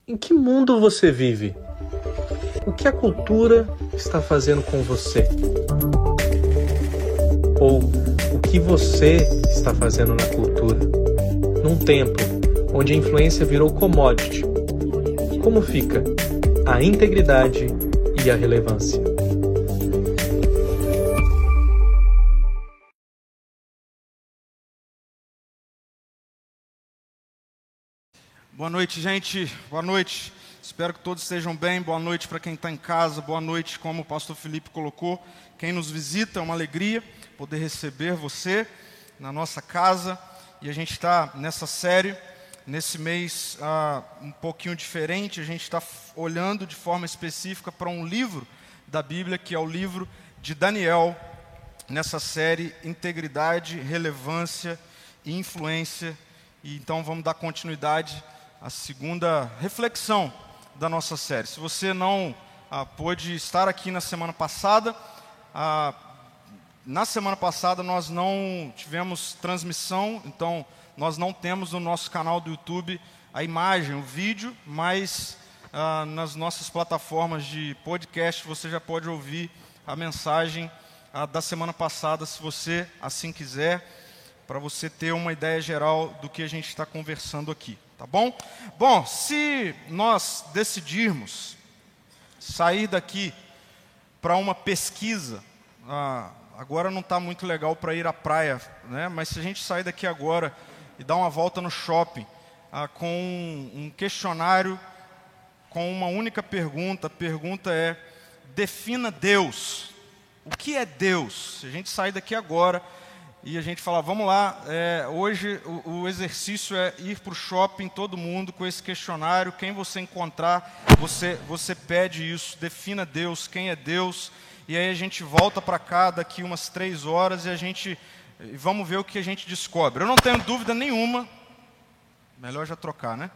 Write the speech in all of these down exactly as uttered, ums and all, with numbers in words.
Em que mundo você vive? O que a cultura está fazendo com você? Ou o que você está fazendo na cultura? Num tempo onde a influência virou commodity, como fica a integridade e a relevância? Boa noite, gente. Boa noite. Espero que todos estejam bem. Boa noite para quem está em casa. Boa noite, como o pastor Felipe colocou. Quem nos visita, é uma alegria poder receber você na nossa casa. E a gente está nessa série, nesse mês ah, um pouquinho diferente. A gente está olhando de forma específica para um livro da Bíblia, que é o livro de Daniel, nessa série Integridade, Relevância e Influência. E então vamos dar continuidade à segunda reflexão da nossa série. Se você não ah, pôde estar aqui na semana passada, ah, na semana passada nós não tivemos transmissão, então nós não temos no nosso canal do YouTube a imagem, o vídeo, mas ah, nas nossas plataformas de podcast você já pode ouvir a mensagem ah, da semana passada, se você assim quiser, para você ter uma ideia geral do que a gente está conversando aqui, tá bom? Bom, se nós decidirmos sair daqui para uma pesquisa, ah, agora não está muito legal para ir à praia, né? Mas se a gente sair daqui agora e dar uma volta no shopping ah, com um questionário, com uma única pergunta, a pergunta é: defina Deus. O que é Deus? Se a gente sair daqui agora e a gente fala, vamos lá, é, hoje o, o exercício é ir para o shopping, todo mundo, com esse questionário, quem você encontrar, você, você pede isso, defina Deus, quem é Deus, e aí a gente volta para cá daqui umas três horas e a gente, vamos ver o que a gente descobre. Eu não tenho dúvida nenhuma, melhor já trocar, né?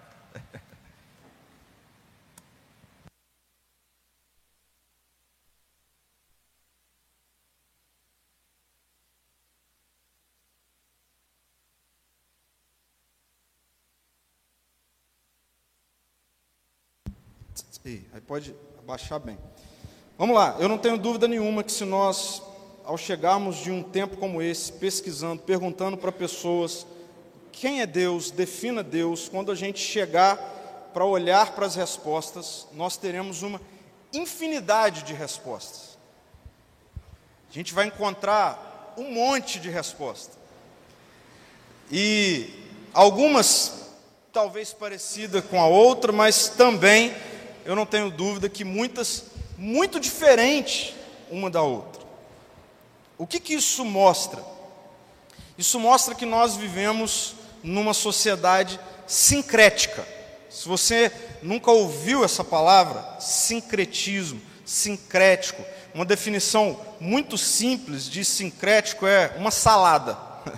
Aí pode abaixar bem. Vamos lá, eu não tenho dúvida nenhuma que se nós, ao chegarmos de um tempo como esse, pesquisando, perguntando para pessoas quem é Deus, defina Deus, quando a gente chegar para olhar para as respostas, nós teremos uma infinidade de respostas. A gente vai encontrar um monte de respostas. E algumas talvez parecidas com a outra, mas também eu não tenho dúvida que muitas, muito diferentes uma da outra. O que que isso mostra? Isso mostra que nós vivemos numa sociedade sincrética. Se você nunca ouviu essa palavra, sincretismo, sincrético, uma definição muito simples de sincrético é uma salada.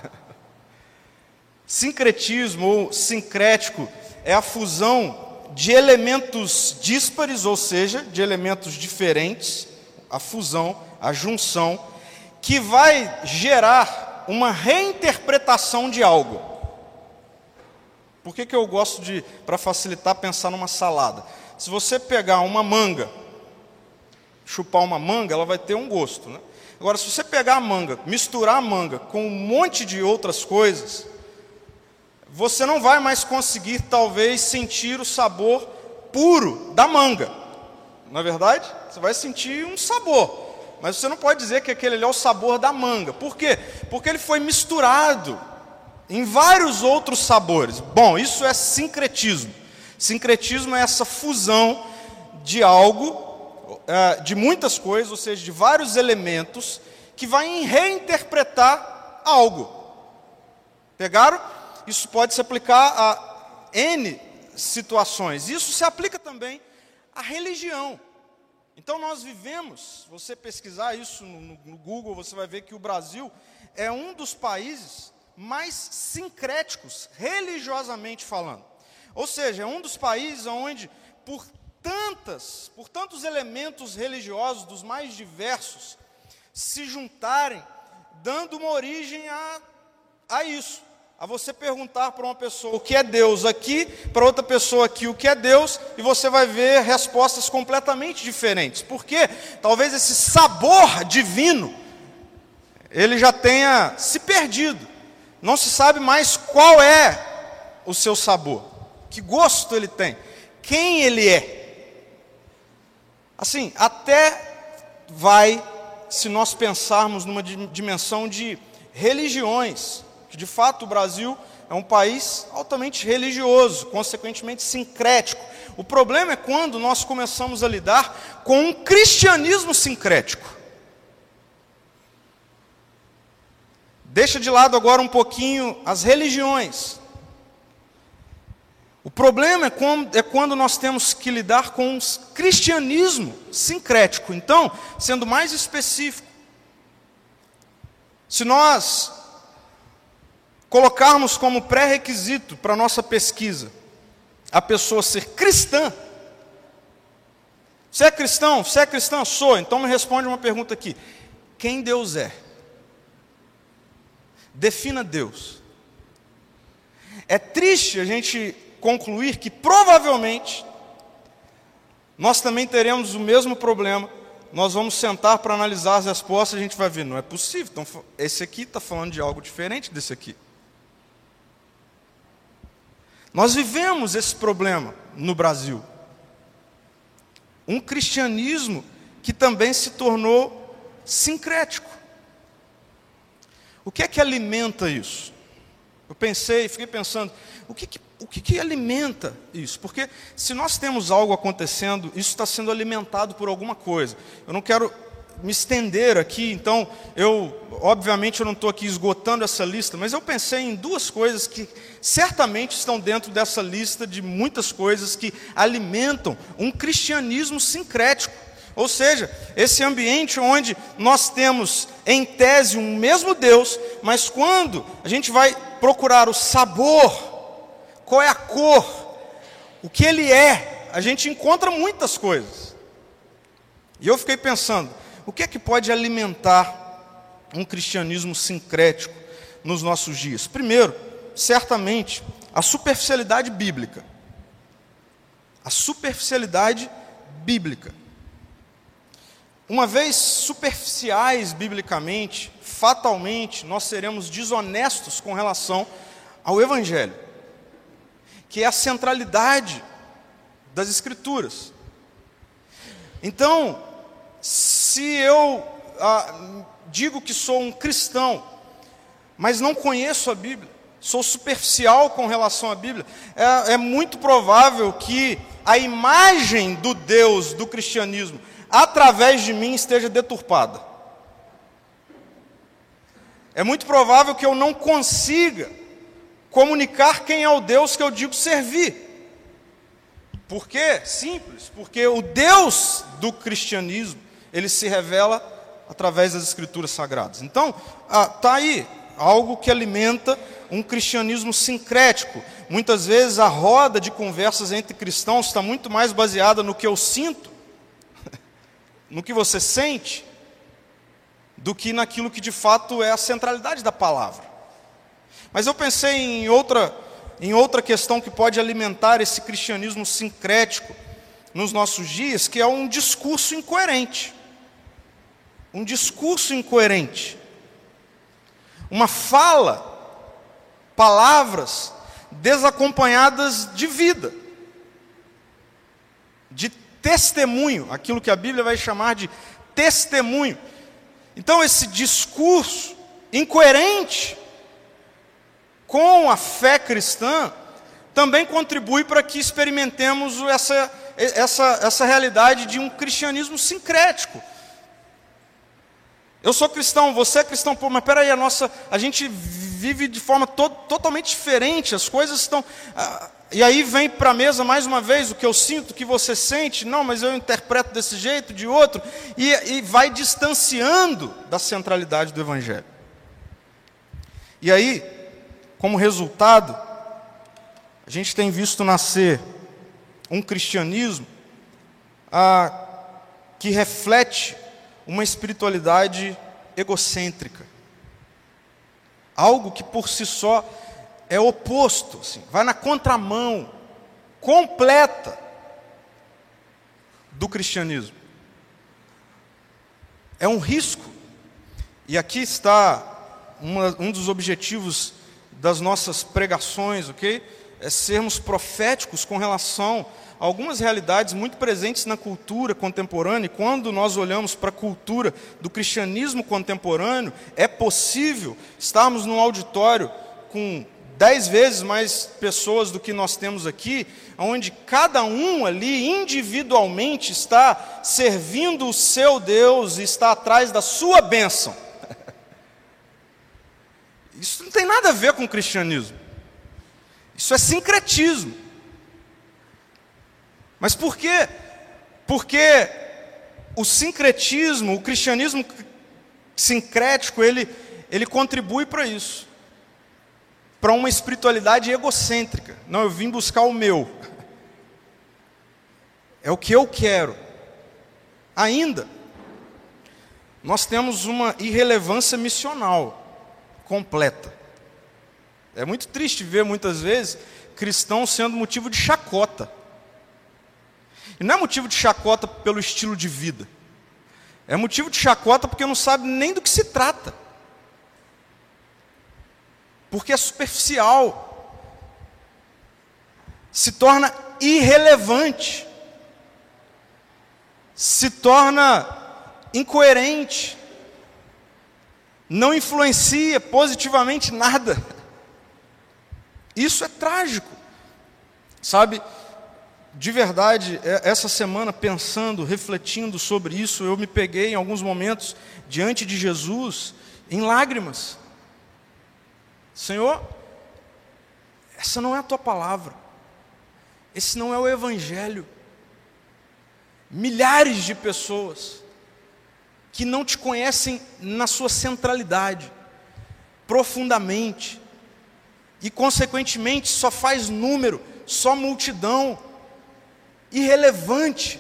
Sincretismo ou sincrético é a fusão de elementos díspares, ou seja, de elementos diferentes, a fusão, a junção, que vai gerar uma reinterpretação de algo. Por que que eu gosto de, para facilitar, pensar numa salada? Se você pegar uma manga, chupar uma manga, ela vai ter um gosto, né? Agora, se você pegar a manga, misturar a manga com um monte de outras coisas, você não vai mais conseguir, talvez, sentir o sabor puro da manga. Não é verdade? Você vai sentir um sabor, mas você não pode dizer que aquele ali é o sabor da manga. Por quê? Porque ele foi misturado em vários outros sabores. Bom, isso é sincretismo. Sincretismo é essa fusão de algo, de muitas coisas, ou seja, de vários elementos, que vai reinterpretar algo. Pegaram? Isso pode se aplicar a N situações. Isso se aplica também à religião. Então nós vivemos, se você pesquisar isso no, no Google, você vai ver que o Brasil é um dos países mais sincréticos, religiosamente falando. Ou seja, é um dos países onde, por tantas, por tantos elementos religiosos, dos mais diversos, se juntarem, dando uma origem a, a isso. a você perguntar para uma pessoa o que é Deus aqui, para outra pessoa aqui o que é Deus, e você vai ver respostas completamente diferentes. Porque talvez esse sabor divino, ele já tenha se perdido. Não se sabe mais qual é o seu sabor, que gosto ele tem, quem ele é. Assim, até vai, se nós pensarmos numa dimensão de religiões, que de fato o Brasil é um país altamente religioso, consequentemente sincrético. O problema é quando nós começamos a lidar com um cristianismo sincrético. Deixa de lado agora um pouquinho as religiões. O problema é quando, é quando nós temos que lidar com um cristianismo sincrético. Então, sendo mais específico, se nós colocarmos como pré-requisito para a nossa pesquisa a pessoa ser cristã, você é cristão? Você é cristã? Sou. Então me responde uma pergunta aqui: quem Deus é? Defina Deus. É triste a gente concluir que provavelmente nós também teremos o mesmo problema. Nós vamos sentar para analisar as respostas e a gente vai ver, não é possível, então, esse aqui está falando de algo diferente desse aqui. Nós vivemos esse problema no Brasil. Um cristianismo que também se tornou sincrético. O que é que alimenta isso? Eu pensei, fiquei pensando, o que, que, o que, que alimenta isso? Porque se nós temos algo acontecendo, isso está sendo alimentado por alguma coisa. Eu não quero me estender aqui, então, eu, obviamente eu não estou aqui esgotando essa lista, mas eu pensei em duas coisas que certamente estão dentro dessa lista de muitas coisas que alimentam um cristianismo sincrético. Ou seja, esse ambiente onde nós temos, em tese, um mesmo Deus, mas quando a gente vai procurar o sabor, qual é a cor, o que ele é, a gente encontra muitas coisas. E eu fiquei pensando, o que é que pode alimentar um cristianismo sincrético nos nossos dias? Primeiro, certamente, a superficialidade bíblica. A superficialidade bíblica. Uma vez superficiais biblicamente, fatalmente, nós seremos desonestos com relação ao Evangelho, que é a centralidade das Escrituras. Então, se eu ah, digo que sou um cristão, mas não conheço a Bíblia, sou superficial com relação à Bíblia, é, é muito provável que a imagem do Deus do cristianismo, através de mim, esteja deturpada. É muito provável que eu não consiga comunicar quem é o Deus que eu digo servir. Por quê? Simples, porque o Deus do cristianismo, ele se revela através das Escrituras Sagradas. Então, está aí algo que alimenta um cristianismo sincrético. Muitas vezes a roda de conversas entre cristãos está muito mais baseada no que eu sinto, no que você sente, do que naquilo que de fato é a centralidade da palavra. Mas eu pensei em outra, em outra questão que pode alimentar esse cristianismo sincrético nos nossos dias, que é um discurso incoerente. Um discurso incoerente. Uma fala, palavras desacompanhadas de vida, de testemunho, aquilo que a Bíblia vai chamar de testemunho. Então esse discurso incoerente com a fé cristã também contribui para que experimentemos essa, essa, essa realidade de um cristianismo sincrético. Eu sou cristão, você é cristão, pô, mas peraí, a nossa, a gente vive de forma to, totalmente diferente, as coisas estão... Ah, e aí vem para a mesa mais uma vez o que eu sinto, o que você sente, não, mas eu interpreto desse jeito, de outro, e, e vai distanciando da centralidade do Evangelho. E aí, como resultado, a gente tem visto nascer um cristianismo ah, que reflete uma espiritualidade egocêntrica. Algo que por si só é oposto, assim, vai na contramão completa do cristianismo. É um risco. E aqui está uma, um dos objetivos das nossas pregações, ok? É sermos proféticos com relação a algumas realidades muito presentes na cultura contemporânea. E quando nós olhamos para a cultura do cristianismo contemporâneo, é possível estarmos num auditório com dez vezes mais pessoas do que nós temos aqui, onde cada um ali individualmente está servindo o seu Deus e está atrás da sua bênção. Isso não tem nada a ver com o cristianismo. Isso é sincretismo. Mas por quê? Porque o sincretismo, o cristianismo sincrético, ele, ele contribui para isso. Para uma espiritualidade egocêntrica. Não, eu vim buscar o meu. É o que eu quero. Ainda, nós temos uma irrelevância missional completa. É muito triste ver, muitas vezes, cristãos sendo motivo de chacota. E não é motivo de chacota pelo estilo de vida. É motivo de chacota porque não sabe nem do que se trata. Porque é superficial, se torna irrelevante, se torna incoerente, não influencia positivamente nada. Isso é trágico, sabe? De verdade, essa semana pensando, refletindo sobre isso, eu me peguei em alguns momentos diante de Jesus em lágrimas. Senhor, essa não é a tua palavra, esse não é o evangelho. Milhares de pessoas que não te conhecem na sua centralidade, profundamente, e consequentemente só faz número, só multidão, irrelevante,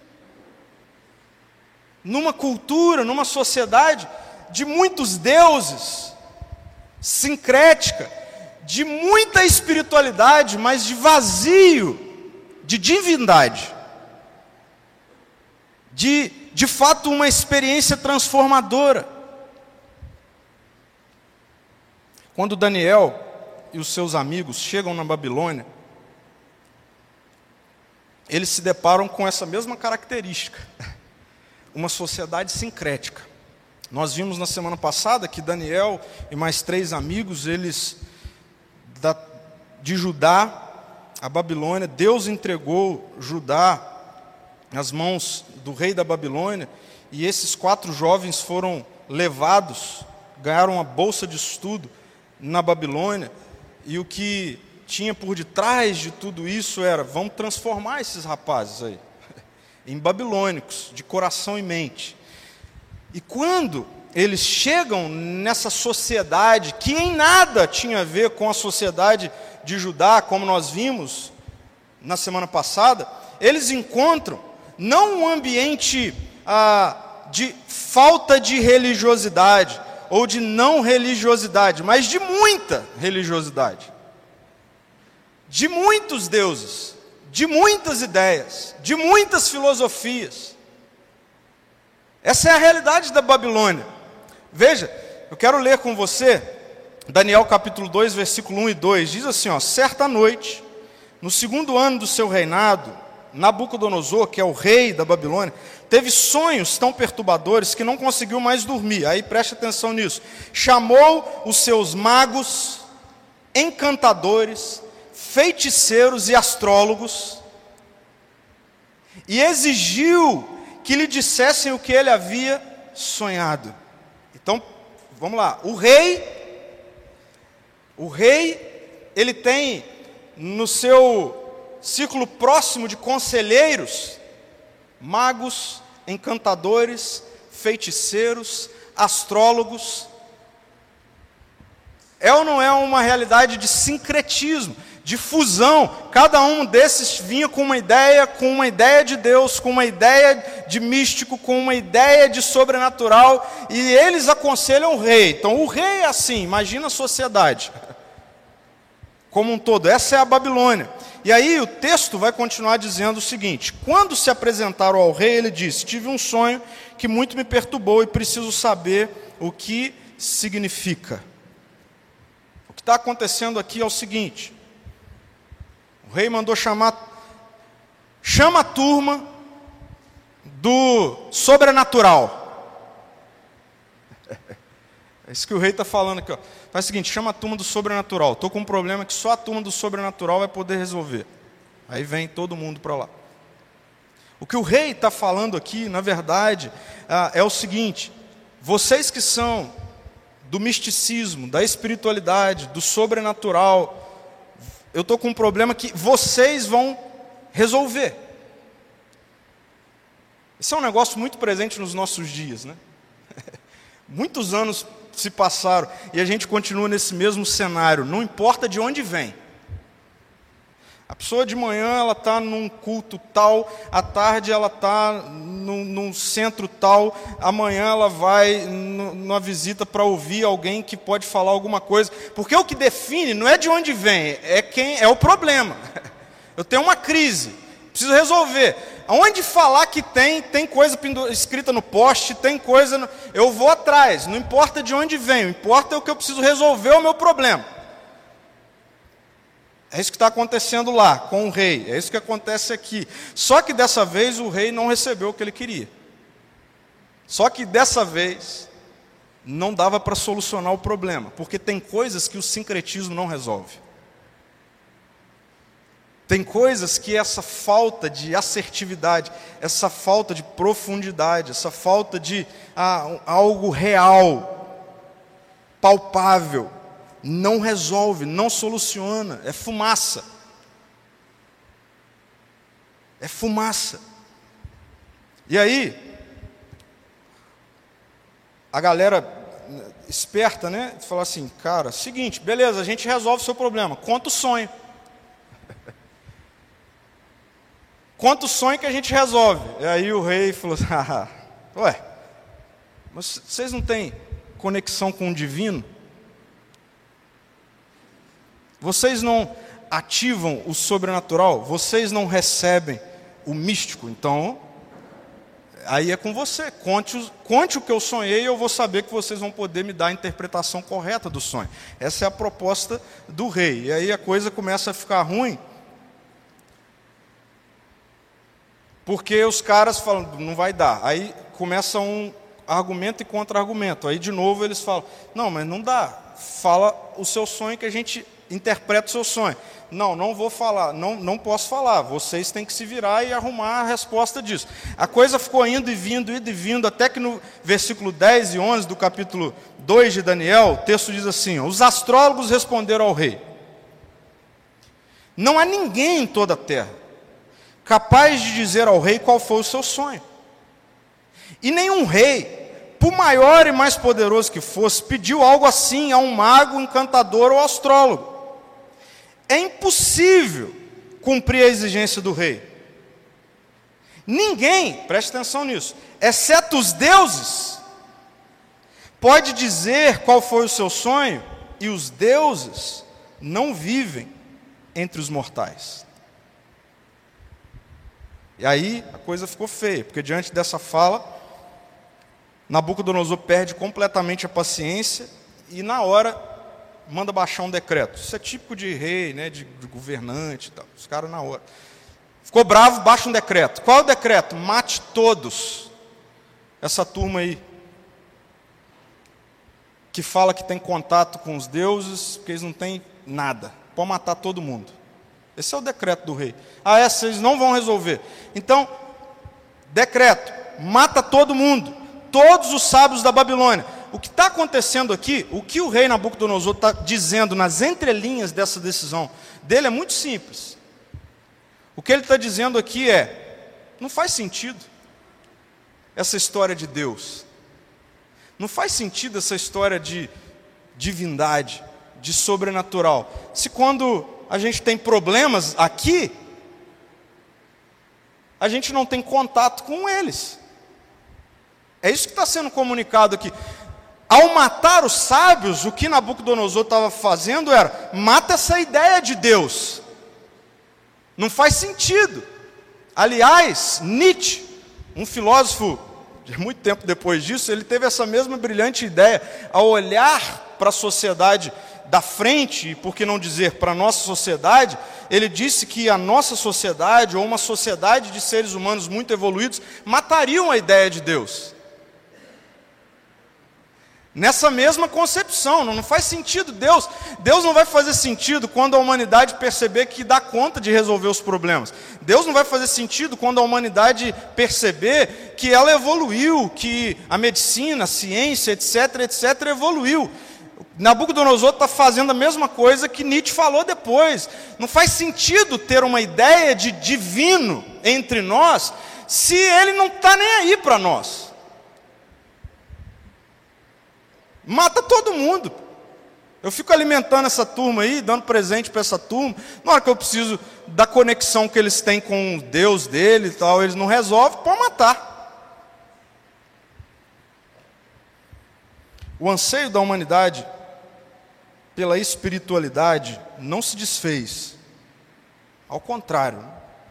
numa cultura, numa sociedade de muitos deuses, sincrética, de muita espiritualidade, mas de vazio, de divindade, de, de fato, uma experiência transformadora. Quando Daniel e os seus amigos chegam na Babilônia, eles se deparam com essa mesma característica, uma sociedade sincrética. Nós vimos na semana passada que Daniel e mais três amigos, eles da, de Judá, a Babilônia, Deus entregou Judá nas mãos do rei da Babilônia, e esses quatro jovens foram levados, ganharam uma bolsa de estudo na Babilônia, e o que tinha por detrás de tudo isso era: vamos transformar esses rapazes aí em babilônicos, de coração e mente. E quando eles chegam nessa sociedade, que em nada tinha a ver com a sociedade de Judá, como nós vimos na semana passada, eles encontram não um ambiente ah, de falta de religiosidade, ou de não religiosidade, mas de muita religiosidade, de muitos deuses, de muitas ideias, de muitas filosofias. Essa é a realidade da Babilônia. Veja, eu quero ler com você Daniel capítulo dois, versículo um e dois. Diz assim, ó: certa noite, no segundo ano do seu reinado, Nabucodonosor, que é o rei da Babilônia, teve sonhos tão perturbadores que não conseguiu mais dormir. Aí preste atenção nisso. Chamou os seus magos, encantadores, feiticeiros e astrólogos e exigiu que lhe dissessem o que ele havia sonhado. Então, vamos lá. O rei, o rei, ele tem no seu círculo próximo de conselheiros, magos, encantadores, feiticeiros, astrólogos. É ou não é uma realidade de sincretismo, de fusão? Cada um desses vinha com uma ideia, com uma ideia de Deus, com uma ideia de místico, com uma ideia de sobrenatural, e eles aconselham o rei. Então o rei é assim, imagina a sociedade. como um todo. Essa é a Babilônia. E aí o texto vai continuar dizendo o seguinte: quando se apresentaram ao rei, ele disse: tive um sonho que muito me perturbou e preciso saber o que significa. O que está acontecendo aqui é o seguinte: o rei mandou chamar, chama a turma do sobrenatural. É isso que o rei está falando aqui, ó. Faz o seguinte: chama a turma do sobrenatural. Estou com um problema que só a turma do sobrenatural vai poder resolver. Aí vem todo mundo para lá. O que o rei está falando aqui, na verdade, é o seguinte: vocês que são do misticismo, da espiritualidade, do sobrenatural, eu estou com um problema que vocês vão resolver. Isso é um negócio muito presente nos nossos dias, né? Muitos anos se passaram e a gente continua nesse mesmo cenário, não importa de onde vem. A pessoa de manhã ela está num culto tal, à tarde ela está num, num centro tal, amanhã ela vai numa visita para ouvir alguém que pode falar alguma coisa, porque o que define não é de onde vem, é quem é o problema. Eu tenho uma crise, preciso resolver. Aonde falar que tem, tem coisa escrita no poste, tem coisa, no... eu vou atrás, não importa de onde vem, o importa é o que eu preciso resolver o meu problema. É isso que está acontecendo lá, com o rei, é isso que acontece aqui. Só que dessa vez o rei não recebeu o que ele queria. Só que dessa vez não dava para solucionar o problema, porque tem coisas que o sincretismo não resolve. Tem coisas que essa falta de assertividade, essa falta de profundidade, essa falta de ah, algo real, palpável, não resolve, não soluciona, é fumaça. É fumaça. E aí, a galera esperta, né, fala assim: cara, seguinte, beleza, a gente resolve o seu problema, conta o sonho. Conta o sonho que a gente resolve. E aí o rei falou assim: ah, ué, mas vocês não têm conexão com o divino? Vocês não ativam o sobrenatural? Vocês não recebem o místico? Então, aí é com você. Conte, conte o que eu sonhei e eu vou saber que vocês vão poder me dar a interpretação correta do sonho. Essa é a proposta do rei. E aí a coisa começa a ficar ruim, porque os caras falam: não vai dar. Aí começa um argumento e contra-argumento. Aí de novo eles falam: não, mas não dá. Fala o seu sonho que a gente interpreta o seu sonho. Não, não vou falar, não, não posso falar. Vocês têm que se virar e arrumar a resposta disso. A coisa ficou indo e vindo, indo e vindo, até que no versículo dez e onze do capítulo dois de Daniel, o texto diz assim: os astrólogos responderam ao rei: não há ninguém em toda a terra capaz de dizer ao rei qual foi o seu sonho. E nenhum rei, por maior e mais poderoso que fosse, pediu algo assim a um mago, encantador ou astrólogo. É impossível cumprir a exigência do rei. Ninguém, preste atenção nisso, exceto os deuses, pode dizer qual foi o seu sonho, e os deuses não vivem entre os mortais. E aí a coisa ficou feia, porque diante dessa fala, Nabucodonosor perde completamente a paciência e na hora manda baixar um decreto. Isso é típico de rei, né, de, de governante e tal. Os caras na hora. Ficou bravo, baixa um decreto. Qual é o decreto? Mate todos. Essa turma aí, que fala que tem contato com os deuses, porque eles não têm nada. Pode matar todo mundo. Esse é o decreto do rei. Ah, é, vocês não vão resolver. Então, decreto, mata todo mundo, todos os sábios da Babilônia. O que está acontecendo aqui, o que o rei Nabucodonosor está dizendo nas entrelinhas dessa decisão dele é muito simples. O que ele está dizendo aqui é: não faz sentido essa história de Deus. Não faz sentido essa história de divindade, de sobrenatural. Se quando a gente tem problemas aqui, a gente não tem contato com eles. É isso que está sendo comunicado aqui. ao matar os sábios, o que Nabucodonosor estava fazendo era, mata essa ideia de Deus. Não faz sentido. Aliás, Nietzsche, um filósofo de muito tempo depois disso, ele teve essa mesma brilhante ideia, ao olhar para a sociedade da frente, e por que não dizer para a nossa sociedade, ele disse que a nossa sociedade, ou uma sociedade de seres humanos muito evoluídos, matariam a ideia de Deus. Nessa mesma concepção, não faz sentido. Deus, Deus não vai fazer sentido quando a humanidade perceber que dá conta de resolver os problemas. Deus não vai fazer sentido quando a humanidade perceber que ela evoluiu, que a medicina, a ciência, etc, etc, evoluiu. Nabucodonosor está fazendo a mesma coisa que Nietzsche falou depois. Não faz sentido ter uma ideia de divino entre nós, se ele não está nem aí para nós. Mata todo mundo. Eu fico alimentando essa turma aí, dando presente para essa turma. Na hora que eu preciso da conexão que eles têm com Deus dele e tal, eles não resolvem, pode matar. O anseio da humanidade pela espiritualidade não se desfez. Ao contrário.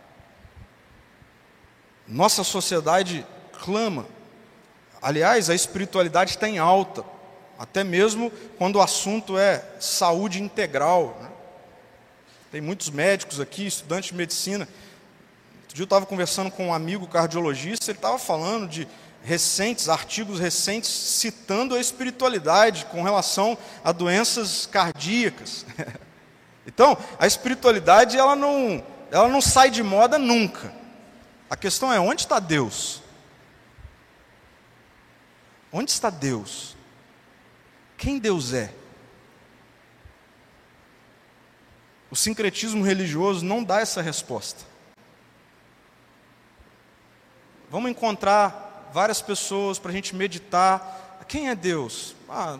Nossa sociedade clama. Aliás, a espiritualidade está em alta. Até mesmo quando o assunto é saúde integral, né? Tem muitos médicos aqui, estudantes de medicina. Outro dia eu estava conversando com um amigo cardiologista, ele estava falando de recentes, artigos recentes, citando a espiritualidade com relação a doenças cardíacas. Então, a espiritualidade ela não, ela não sai de moda nunca. A questão é, onde está Deus? Onde está Deus? Quem Deus é? O sincretismo religioso não dá essa resposta. Vamos encontrar várias pessoas para a gente meditar. Quem é Deus? Ah,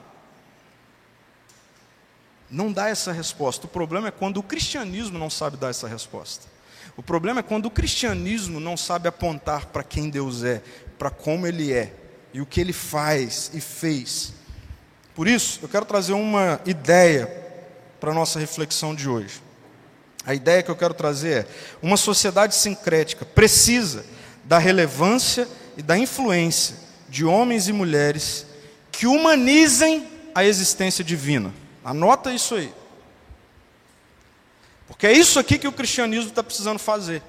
não dá essa resposta. O problema é quando o cristianismo não sabe dar essa resposta. O problema é quando o cristianismo não sabe apontar para quem Deus é, para como Ele é, e o que Ele faz e fez. Por isso, eu quero trazer uma ideia para a nossa reflexão de hoje. A ideia que eu quero trazer é: uma sociedade sincrética precisa da relevância e da influência de homens e mulheres que humanizem a existência divina. Anota isso aí. Porque é isso aqui que o cristianismo está precisando fazer.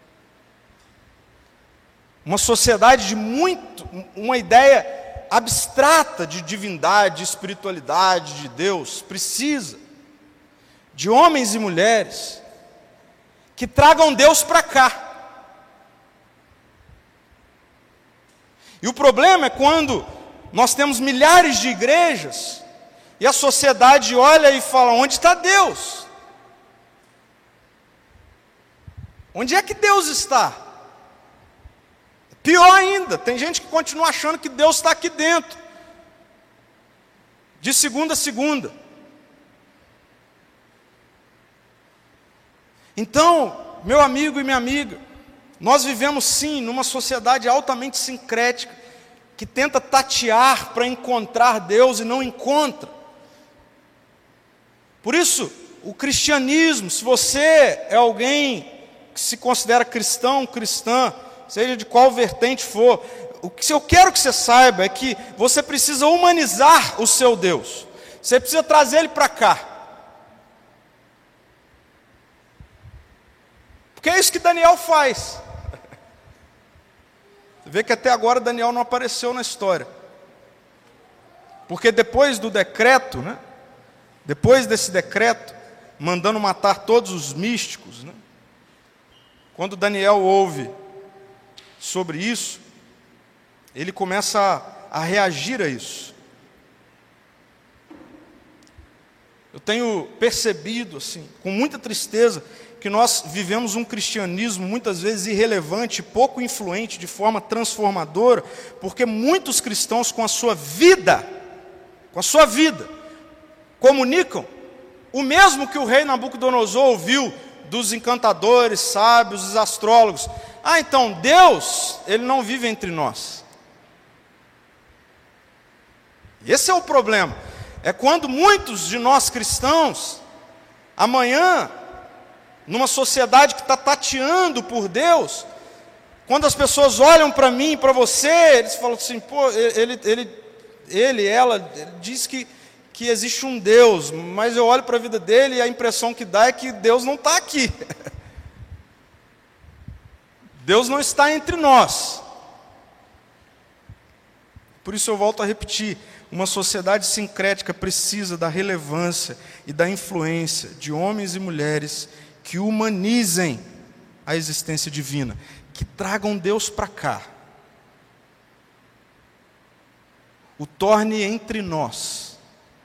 Uma sociedade de muito, uma ideia abstrata de divindade, de espiritualidade, de Deus, precisa de homens e mulheres que tragam Deus para cá. E o problema é quando nós temos milhares de igrejas e a sociedade olha e fala: onde está Deus? Onde é que Deus está? Pior ainda, tem gente que continua achando que Deus está aqui dentro, de segunda a segunda. Então, meu amigo e minha amiga, nós vivemos sim numa sociedade altamente sincrética, que tenta tatear para encontrar Deus e não encontra. Por isso, o cristianismo, se você é alguém que se considera cristão, cristã, seja de qual vertente for, o que eu quero que você saiba é que você precisa humanizar o seu Deus. Você precisa trazer Ele para cá. Porque é isso que Daniel faz. Você vê que até agora Daniel não apareceu na história. Porque depois do decreto, né, depois desse decreto, mandando matar todos os místicos, né, quando Daniel ouve sobre isso, ele começa a, a reagir a isso. Eu tenho percebido, assim, com muita tristeza, que nós vivemos um cristianismo muitas vezes irrelevante, pouco influente, de forma transformadora, porque muitos cristãos com a sua vida, com a sua vida, comunicam o mesmo que o rei Nabucodonosor ouviu dos encantadores, sábios, dos astrólogos. Ah, então Deus, Ele não vive entre nós. Esse é o problema. É quando muitos de nós cristãos, amanhã, numa sociedade que está tateando por Deus, quando as pessoas olham para mim e para você, eles falam assim, pô, ele, ele, ele ela, ele diz que, que existe um Deus, mas eu olho para a vida dele e a impressão que dá é que Deus não está aqui. Deus não está entre nós. Por isso eu volto a repetir, uma sociedade sincrética precisa da relevância e da influência de homens e mulheres que humanizem a existência divina, que tragam Deus para cá, o torne entre nós.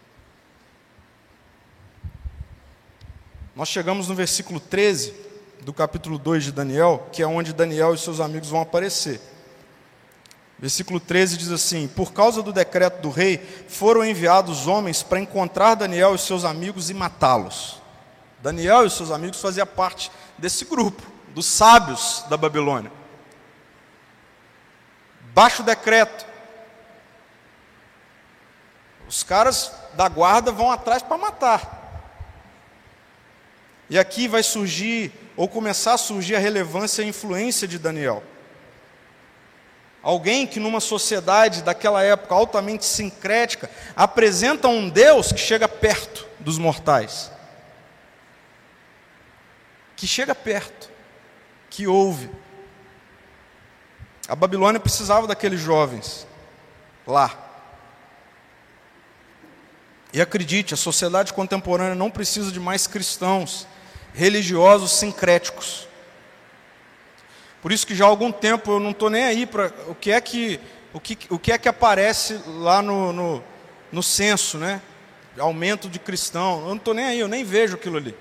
Nós chegamos no versículo treze do capítulo dois de Daniel, que é onde Daniel e seus amigos vão aparecer. Versículo treze diz assim: por causa do decreto do rei, foram enviados homens para encontrar Daniel e seus amigos e matá-los. Daniel e seus amigos faziam parte desse grupo, dos sábios da Babilônia. Baixa o decreto. Os caras da guarda vão atrás para matar. E aqui vai surgir, ou começar a surgir, a relevância e a influência de Daniel. Alguém que numa sociedade daquela época altamente sincrética, apresenta um Deus que chega perto dos mortais. Que chega perto, que ouve. A Babilônia precisava daqueles jovens lá. E acredite, a sociedade contemporânea não precisa de mais cristãos religiosos sincréticos. Por isso que já há algum tempo eu não estou nem aí para o que é que o que, o que é que aparece lá no, no, no censo, né? Aumento de cristão. Eu não estou nem aí, eu nem vejo aquilo ali.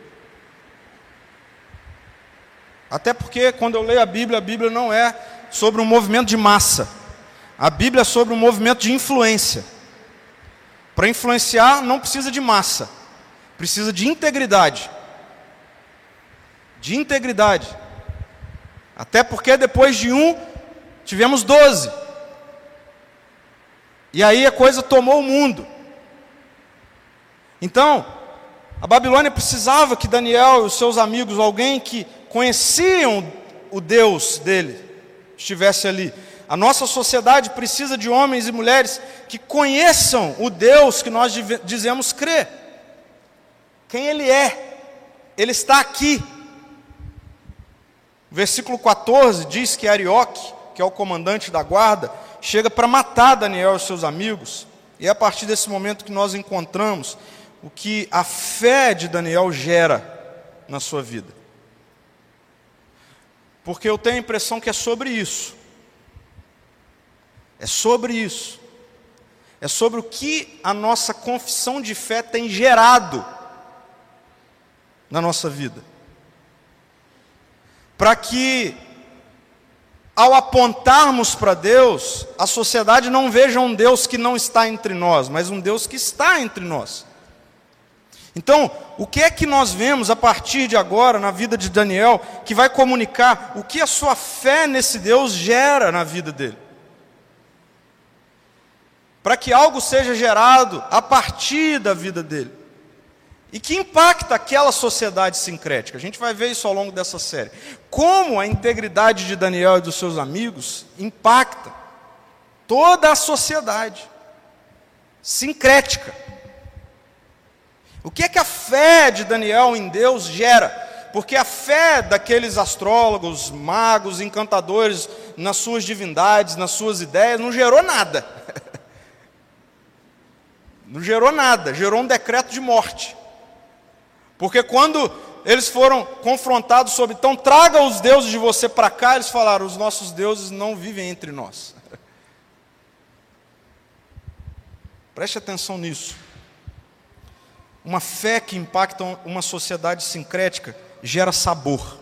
Até porque quando eu leio a Bíblia, a Bíblia não é sobre um movimento de massa. A Bíblia é sobre um movimento de influência. Para influenciar não precisa de massa, precisa de integridade. De integridade. Até porque depois de um, tivemos doze. E aí a coisa tomou o mundo. Então, a Babilônia precisava que Daniel e os seus amigos, alguém que conheciam o Deus dele, estivesse ali. A nossa sociedade precisa de homens e mulheres que conheçam o Deus que nós dizemos crer. Quem Ele é. Ele está aqui. O versículo quatorze diz que Arioque, que é o comandante da guarda, chega para matar Daniel e seus amigos. E é a partir desse momento que nós encontramos o que a fé de Daniel gera na sua vida. Porque eu tenho a impressão que é sobre isso. É sobre isso. É sobre o que a nossa confissão de fé tem gerado na nossa vida. Para que, ao apontarmos para Deus, a sociedade não veja um Deus que não está entre nós, mas um Deus que está entre nós. Então, o que é que nós vemos a partir de agora na vida de Daniel, que vai comunicar o que a sua fé nesse Deus gera na vida dele? Para que algo seja gerado a partir da vida dele. E que impacta aquela sociedade sincrética. A gente vai ver isso ao longo dessa série. Como a integridade de Daniel e dos seus amigos impacta toda a sociedade sincrética. O que é que a fé de Daniel em Deus gera? Porque a fé daqueles astrólogos, magos, encantadores, nas suas divindades, nas suas ideias, não gerou nada. Não gerou nada, gerou um decreto de morte. Porque quando eles foram confrontados sobre, então traga os deuses de você para cá, eles falaram, os nossos deuses não vivem entre nós. Preste atenção nisso. Uma fé que impacta uma sociedade sincrética gera sabor.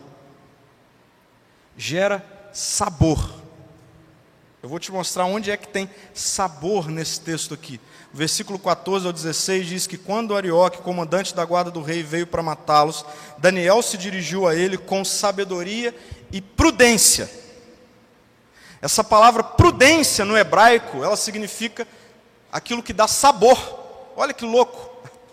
Gera sabor. Eu vou te mostrar onde é que tem sabor nesse texto aqui. O versículo quatorze ao dezesseis diz que quando Arioque, comandante da guarda do rei, veio para matá-los, Daniel se dirigiu a ele com sabedoria e prudência. Essa palavra prudência no hebraico, ela significa aquilo que dá sabor. Olha que louco.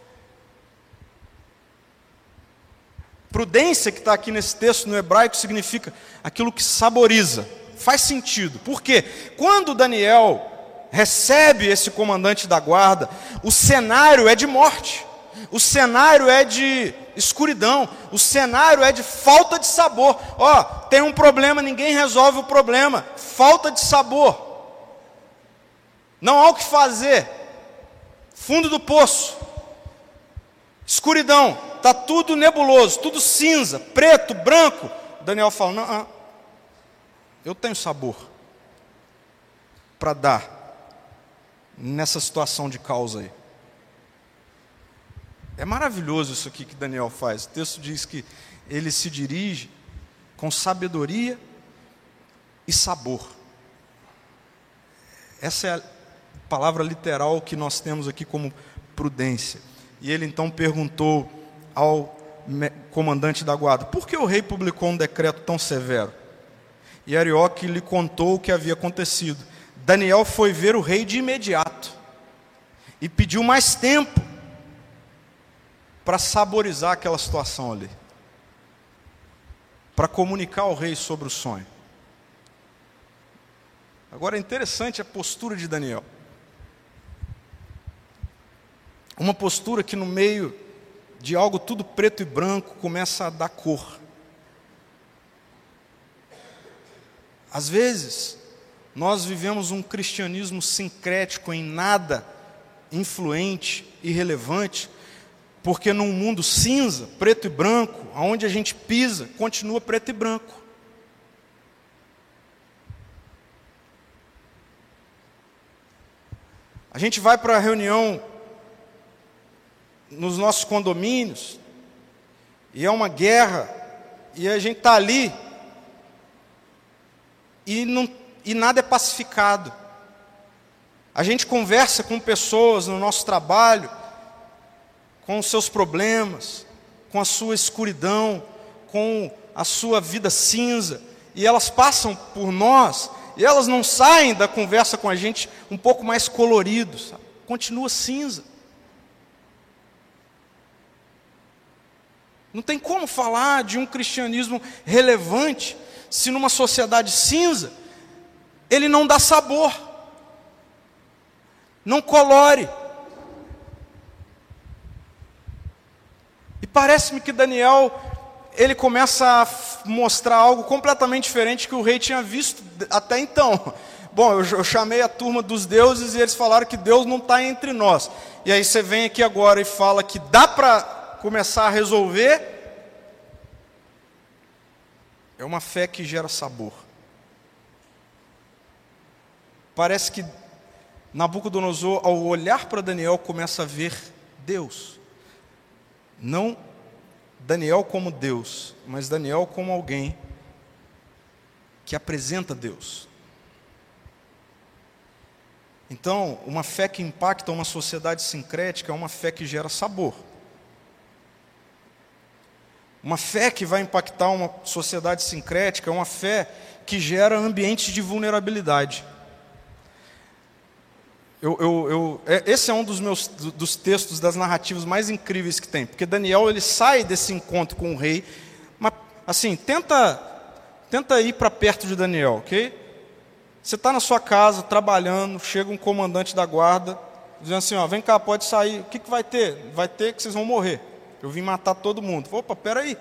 Prudência, que está aqui nesse texto no hebraico, significa aquilo que saboriza. Faz sentido. Por quê? Quando Daniel recebe esse comandante da guarda, o cenário é de morte. O cenário é de escuridão. O cenário é de falta de sabor. Ó, tem um problema, ninguém resolve o problema. Falta de sabor. Não há o que fazer. Fundo do poço. Escuridão. Está tudo nebuloso, tudo cinza, preto, branco. Daniel fala, não, não, eu tenho sabor para dar nessa situação de causa aí. É maravilhoso isso aqui que Daniel faz. O texto diz que ele se dirige com sabedoria e sabor. Essa é a palavra literal que nós temos aqui como prudência. E ele então perguntou ao comandante da guarda, por que o rei publicou um decreto tão severo? E Arioque lhe contou o que havia acontecido. Daniel foi ver o rei de imediato e pediu mais tempo para saborizar aquela situação ali, para comunicar ao rei sobre o sonho. Agora é interessante a postura de Daniel. Uma postura que no meio de algo tudo preto e branco começa a dar cor. Às vezes, nós vivemos um cristianismo sincrético, em nada influente, irrelevante, porque num mundo cinza, preto e branco, aonde a gente pisa, continua preto e branco. A gente vai para a reunião nos nossos condomínios, e é uma guerra, e a gente está ali, e, não, e nada é pacificado. A gente conversa com pessoas no nosso trabalho, com os seus problemas, com a sua escuridão, com a sua vida cinza, e elas passam por nós, e elas não saem da conversa com a gente um pouco mais coloridos, sabe? Continua cinza. Não tem como falar de um cristianismo relevante se numa sociedade cinza ele não dá sabor, não colore. E parece-me que Daniel, ele começa a mostrar algo completamente diferente que o rei tinha visto até então. Bom, eu, eu chamei a turma dos deuses e eles falaram que Deus não está entre nós. E aí você vem aqui agora e fala que dá para começar a resolver. É uma fé que gera sabor. Parece que Nabucodonosor, ao olhar para Daniel, começa a ver Deus. Não Daniel como Deus, mas Daniel como alguém que apresenta Deus. Então, uma fé que impacta uma sociedade sincrética é uma fé que gera sabor. Uma fé que vai impactar uma sociedade sincrética é uma fé que gera ambientes de vulnerabilidade. Eu, eu, eu, esse é um dos meus dos textos, das narrativas mais incríveis que tem, porque Daniel ele sai desse encontro com o rei, mas assim, tenta, tenta ir para perto de Daniel, ok? Você está na sua casa, trabalhando, chega um comandante da guarda, dizendo assim, ó, vem cá, pode sair, o que, que vai ter? Vai ter que vocês vão morrer, eu vim matar todo mundo. Opa, peraí.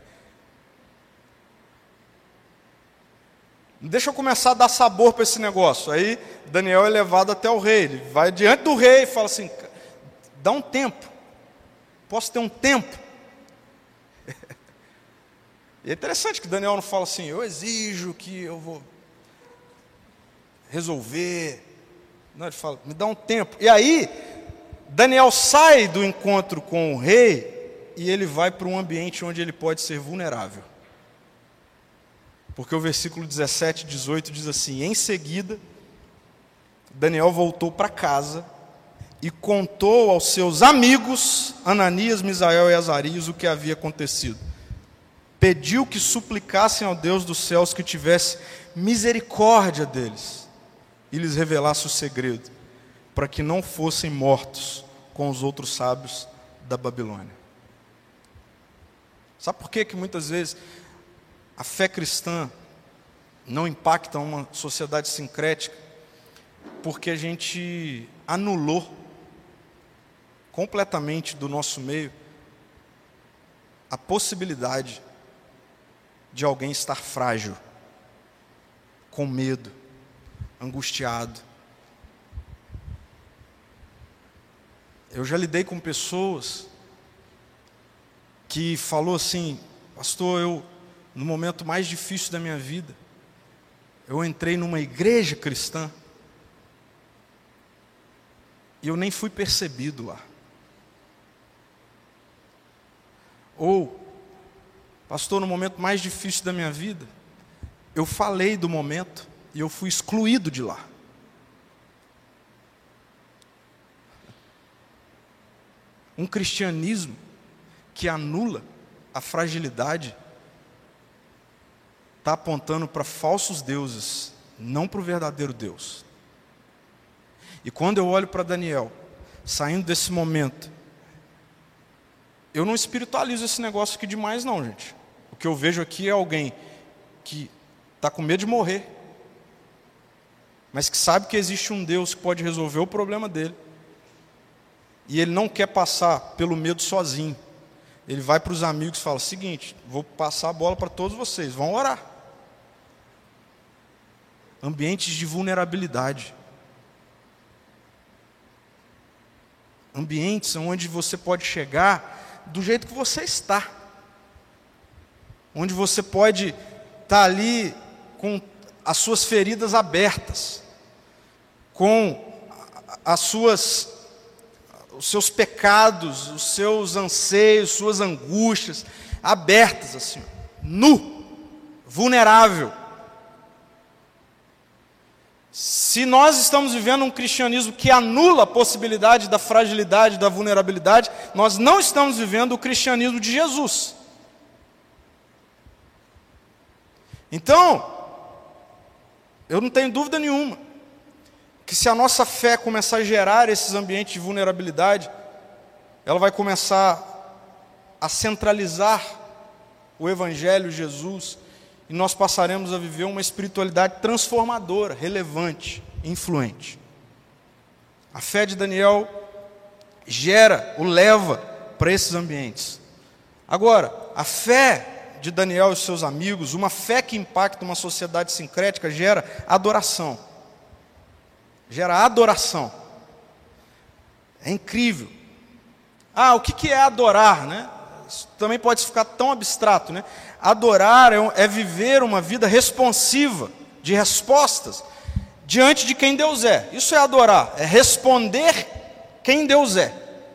Deixa eu começar a dar sabor para esse negócio. Aí Daniel é levado até o rei, ele vai diante do rei e fala assim, dá um tempo, posso ter um tempo? E é interessante que Daniel não fala assim, eu exijo que eu vou resolver. Não, ele fala, me dá um tempo. E aí, Daniel sai do encontro com o rei e ele vai para um ambiente onde ele pode ser vulnerável. Porque o versículo dezessete e dezoito diz assim, em seguida, Daniel voltou para casa e contou aos seus amigos, Ananias, Misael e Azarias, o que havia acontecido. Pediu que suplicassem ao Deus dos céus que tivesse misericórdia deles e lhes revelasse o segredo, para que não fossem mortos com os outros sábios da Babilônia. Sabe por que que muitas vezes a fé cristã não impacta uma sociedade sincrética? Porque a gente anulou completamente do nosso meio a possibilidade de alguém estar frágil, com medo, angustiado. Eu já lidei com pessoas que falou assim: pastor, eu, no momento mais difícil da minha vida, eu entrei numa igreja cristã e eu nem fui percebido lá. Ou, pastor, no momento mais difícil da minha vida, eu falei do momento e eu fui excluído de lá. Um cristianismo que anula a fragilidade está apontando para falsos deuses, não para o verdadeiro Deus. E quando eu olho para Daniel, saindo desse momento, eu não espiritualizo esse negócio aqui demais não, gente. O que eu vejo aqui é alguém que está com medo de morrer, mas que sabe que existe um Deus que pode resolver o problema dele, e ele não quer passar pelo medo sozinho. Ele vai para os amigos e fala: seguinte, vou passar a bola para todos vocês, vão orar. Ambientes de vulnerabilidade. Ambientes onde você pode chegar do jeito que você está. Onde você pode estar ali com as suas feridas abertas, com as suas, os seus pecados, os seus anseios, suas angústias abertas, assim, nu, vulnerável. Se nós estamos vivendo um cristianismo que anula a possibilidade da fragilidade, da vulnerabilidade, nós não estamos vivendo o cristianismo de Jesus. Então, eu não tenho dúvida nenhuma que se a nossa fé começar a gerar esses ambientes de vulnerabilidade, ela vai começar a centralizar o Evangelho, Jesus, e nós passaremos a viver uma espiritualidade transformadora, relevante, influente. A fé de Daniel gera, o leva para esses ambientes. Agora, a fé de Daniel e seus amigos, uma fé que impacta uma sociedade sincrética, gera adoração. Gera adoração. É incrível. Ah, o que que é adorar, né? Isso também pode ficar tão abstrato, né? Adorar é, é viver uma vida responsiva, de respostas, diante de quem Deus é. Isso é adorar, é responder quem Deus é.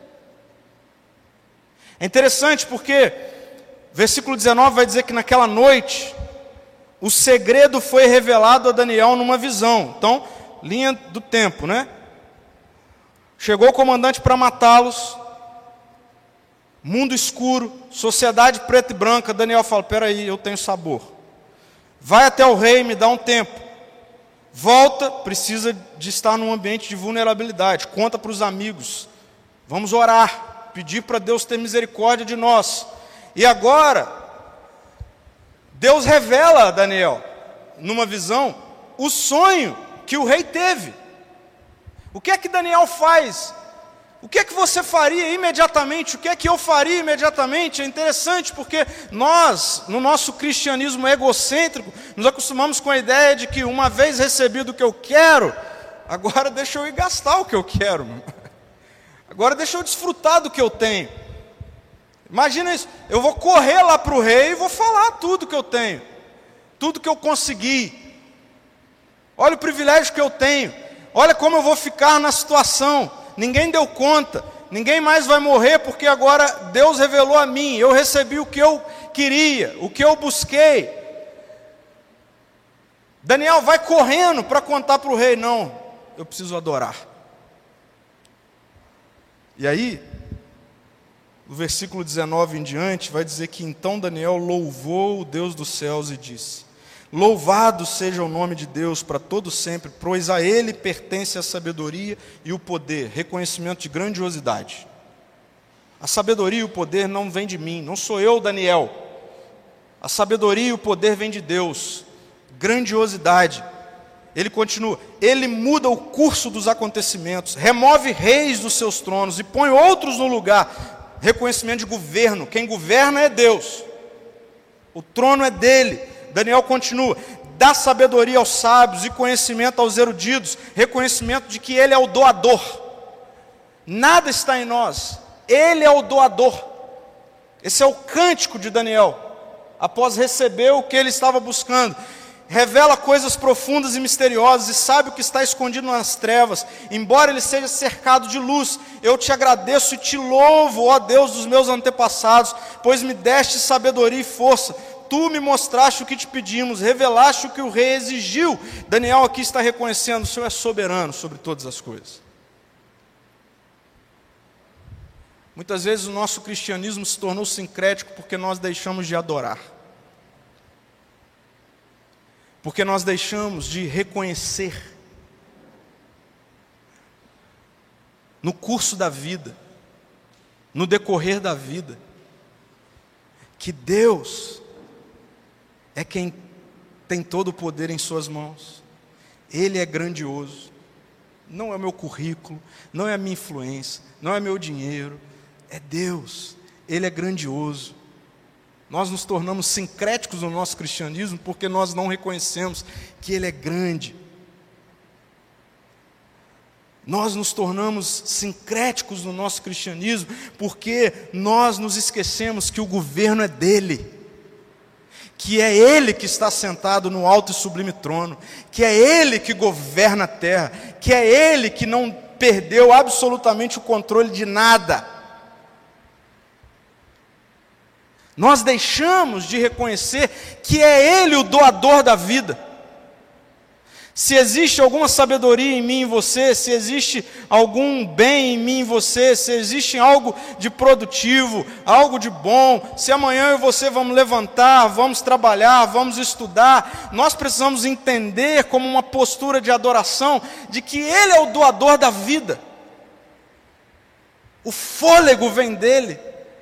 É interessante porque versículo dezenove vai dizer que naquela noite o segredo foi revelado a Daniel numa visão. Então, linha do tempo, né? Chegou o comandante para matá-los, mundo escuro, sociedade preta e branca. Daniel fala: peraí, eu tenho sabor. Vai até o rei, me dá um tempo. Volta, precisa de estar num ambiente de vulnerabilidade. Conta para os amigos. Vamos orar, pedir para Deus ter misericórdia de nós. E agora, Deus revela a Daniel, numa visão, o sonho que o rei teve. O que é que Daniel faz? O que é que você faria imediatamente? O que é que eu faria imediatamente? É interessante porque nós, no nosso cristianismo egocêntrico, nos acostumamos com a ideia de que uma vez recebido o que eu quero, agora deixa eu ir gastar o que eu quero. Agora deixa eu desfrutar do que eu tenho. Imagina isso, eu vou correr lá para o rei e vou falar tudo que eu tenho, tudo que eu consegui. Olha o privilégio que eu tenho, olha como eu vou ficar na situação. Ninguém deu conta, ninguém mais vai morrer porque agora Deus revelou a mim, eu recebi o que eu queria, o que eu busquei. Daniel vai correndo para contar para o rei: não, eu preciso adorar. E aí, no versículo dezenove em diante, vai dizer que então Daniel louvou o Deus dos céus e disse: Louvado seja o nome de Deus para todo sempre, pois a Ele pertence a sabedoria e o poder, reconhecimento de grandiosidade. A sabedoria e o poder não vêm de mim, não sou eu, Daniel. A sabedoria e o poder vêm de Deus. Grandiosidade. Ele continua, Ele muda o curso dos acontecimentos, remove reis dos seus tronos e põe outros no lugar. Reconhecimento de governo, quem governa é Deus. O trono é dele. Daniel continua, dá sabedoria aos sábios e conhecimento aos eruditos, reconhecimento de que Ele é o doador. Nada está em nós, Ele é o doador. Esse é o cântico de Daniel, após receber o que ele estava buscando. Revela coisas profundas e misteriosas e sabe o que está escondido nas trevas. Embora ele seja cercado de luz, eu te agradeço e te louvo, ó Deus dos meus antepassados, pois me deste sabedoria e força. Tu me mostraste o que te pedimos, revelaste o que o rei exigiu. Daniel aqui está reconhecendo, o Senhor é soberano sobre todas as coisas. Muitas vezes o nosso cristianismo se tornou sincrético porque nós deixamos de adorar. Porque nós deixamos de reconhecer no curso da vida, no decorrer da vida, que Deus é quem tem todo o poder em suas mãos. Ele é grandioso. Não é o meu currículo, não é a minha influência, não é meu dinheiro, é Deus. Ele é grandioso. Nós nos tornamos sincréticos no nosso cristianismo porque nós não reconhecemos que Ele é grande. Nós nos tornamos sincréticos no nosso cristianismo porque nós nos esquecemos que o governo é dEle, que é Ele que está sentado no alto e sublime trono, que é Ele que governa a terra, que é Ele que não perdeu absolutamente o controle de nada. Nós deixamos de reconhecer que é Ele o doador da vida. Se existe alguma sabedoria em mim e em você, se existe algum bem em mim e em você, se existe algo de produtivo, algo de bom, se amanhã eu e você vamos levantar, vamos trabalhar, vamos estudar, nós precisamos entender como uma postura de adoração, de que Ele é o doador da vida. O fôlego vem dEle.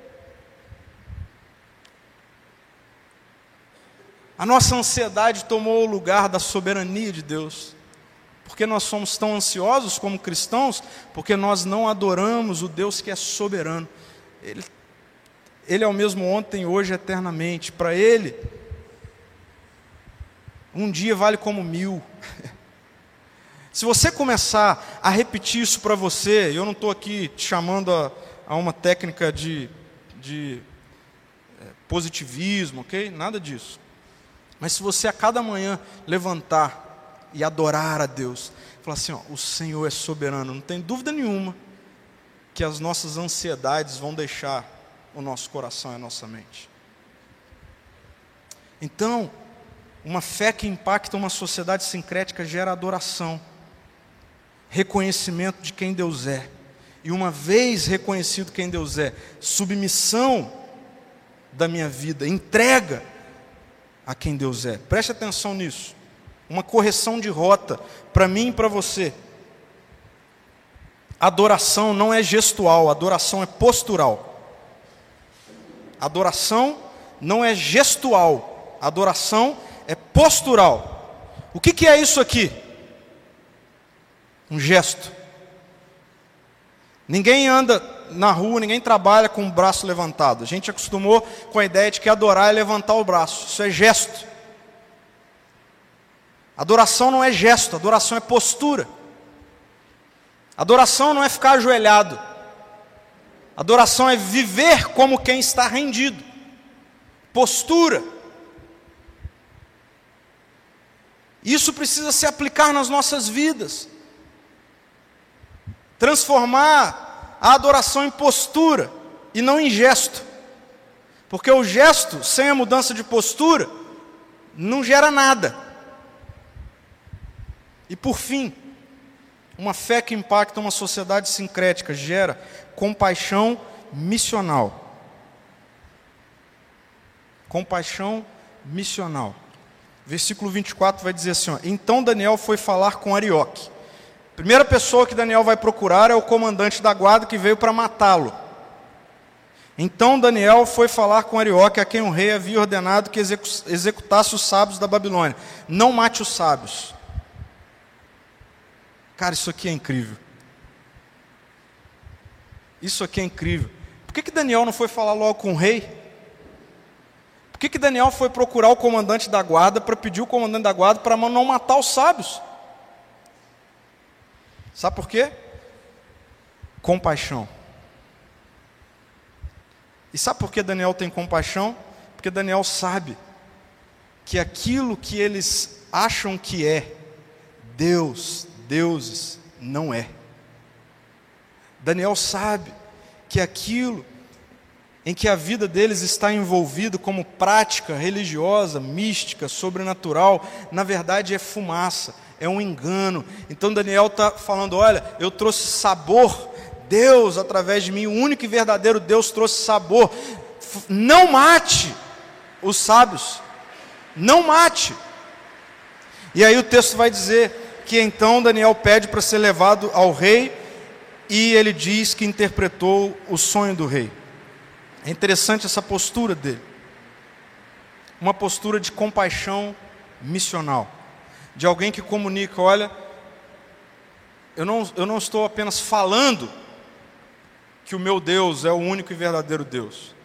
A nossa ansiedade tomou o lugar da soberania de Deus, porque nós somos tão ansiosos como cristãos, porque nós não adoramos o Deus que é soberano. Ele, Ele é o mesmo ontem, hoje, eternamente. Para Ele, um dia vale como mil. Se você começar a repetir isso para você, eu não estou aqui te chamando a, a uma técnica de, de é, positivismo, ok? Nada disso. Mas se você a cada manhã levantar e adorar a Deus, falar assim, ó, o Senhor é soberano, não tem dúvida nenhuma que as nossas ansiedades vão deixar o nosso coração e a nossa mente. Então, uma fé que impacta uma sociedade sincrética gera adoração, reconhecimento de quem Deus é. E uma vez reconhecido quem Deus é, submissão da minha vida, entrega a quem Deus é. Preste atenção nisso. Uma correção de rota para mim e para você. Adoração não é gestual, adoração é postural. Adoração não é gestual, adoração é postural. O que, que é isso aqui? Um gesto. Ninguém anda na rua, ninguém trabalha com o braço levantado. A gente acostumou com a ideia de que adorar é levantar o braço. Isso é gesto. Adoração não é gesto, adoração é postura. Adoração não é ficar ajoelhado. Adoração é viver como quem está rendido. Postura. Isso precisa se aplicar nas nossas vidas. Transformar a adoração em postura e não em gesto. Porque o gesto, sem a mudança de postura, não gera nada. E por fim, uma fé que impacta uma sociedade sincrética gera compaixão missional. Compaixão missional. Versículo vinte e quatro vai dizer assim, ó, então Daniel foi falar com Arioque. Primeira pessoa que Daniel vai procurar é o comandante da guarda que veio para matá-lo. Então Daniel foi falar com Arioque, a quem o rei havia ordenado que execu executasse os sábios da Babilônia. Não mate os sábios. Cara, isso aqui é incrível. Isso aqui é incrível. Por que que Daniel não foi falar logo com o rei? Por que que Daniel foi procurar o comandante da guarda para pedir o comandante da guarda para não matar os sábios? Sabe por quê? Compaixão. E sabe por que Daniel tem compaixão? Porque Daniel sabe que aquilo que eles acham que é Deus, deuses, não é. Daniel sabe que aquilo em que a vida deles está envolvida como prática religiosa, mística, sobrenatural, na verdade é fumaça, é um engano. Então Daniel está falando, olha, eu trouxe sabor, Deus através de mim, o único e verdadeiro Deus trouxe sabor. Não mate os sábios, não mate. E aí o texto vai dizer que então Daniel pede para ser levado ao rei, e ele diz que interpretou o sonho do rei. É interessante essa postura dele, uma postura de compaixão missional, de alguém que comunica, olha, eu não, eu não estou apenas falando que o meu Deus é o único e verdadeiro Deus.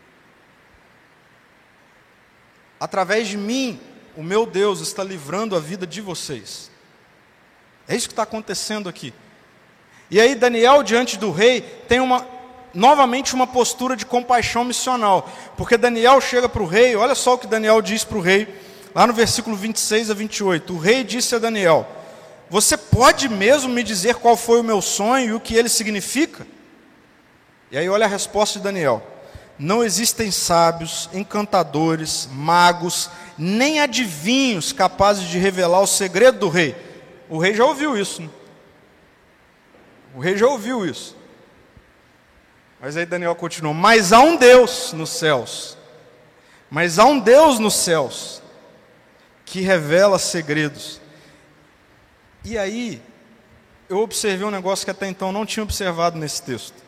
Através de mim, o meu Deus está livrando a vida de vocês. É isso que está acontecendo aqui. E aí Daniel, diante do rei, tem uma, novamente uma postura de compaixão missional. Porque Daniel chega para o rei, olha só o que Daniel diz para o rei, lá no versículo vinte e seis a vinte e oito. O rei disse a Daniel, você pode mesmo me dizer qual foi o meu sonho e o que ele significa? E aí olha a resposta de Daniel. Não existem sábios, encantadores, magos, nem adivinhos capazes de revelar o segredo do rei. O rei já ouviu isso, né? O rei já ouviu isso. Mas aí Daniel continua, mas há um Deus nos céus, mas há um Deus nos céus, que revela segredos. E aí, eu observei um negócio que até então eu não tinha observado nesse texto.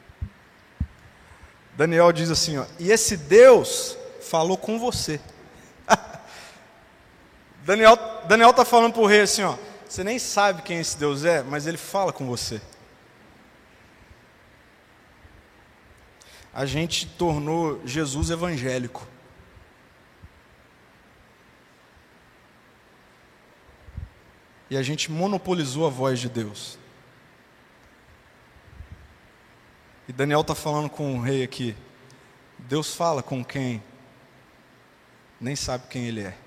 Daniel diz assim, ó, e esse Deus falou com você. Daniel Daniel está falando para o rei assim, ó, você nem sabe quem esse Deus é, mas ele fala com você. A gente tornou Jesus evangélico. E a gente monopolizou a voz de Deus. E Daniel está falando com o rei aqui. Deus fala com quem nem sabe quem ele é.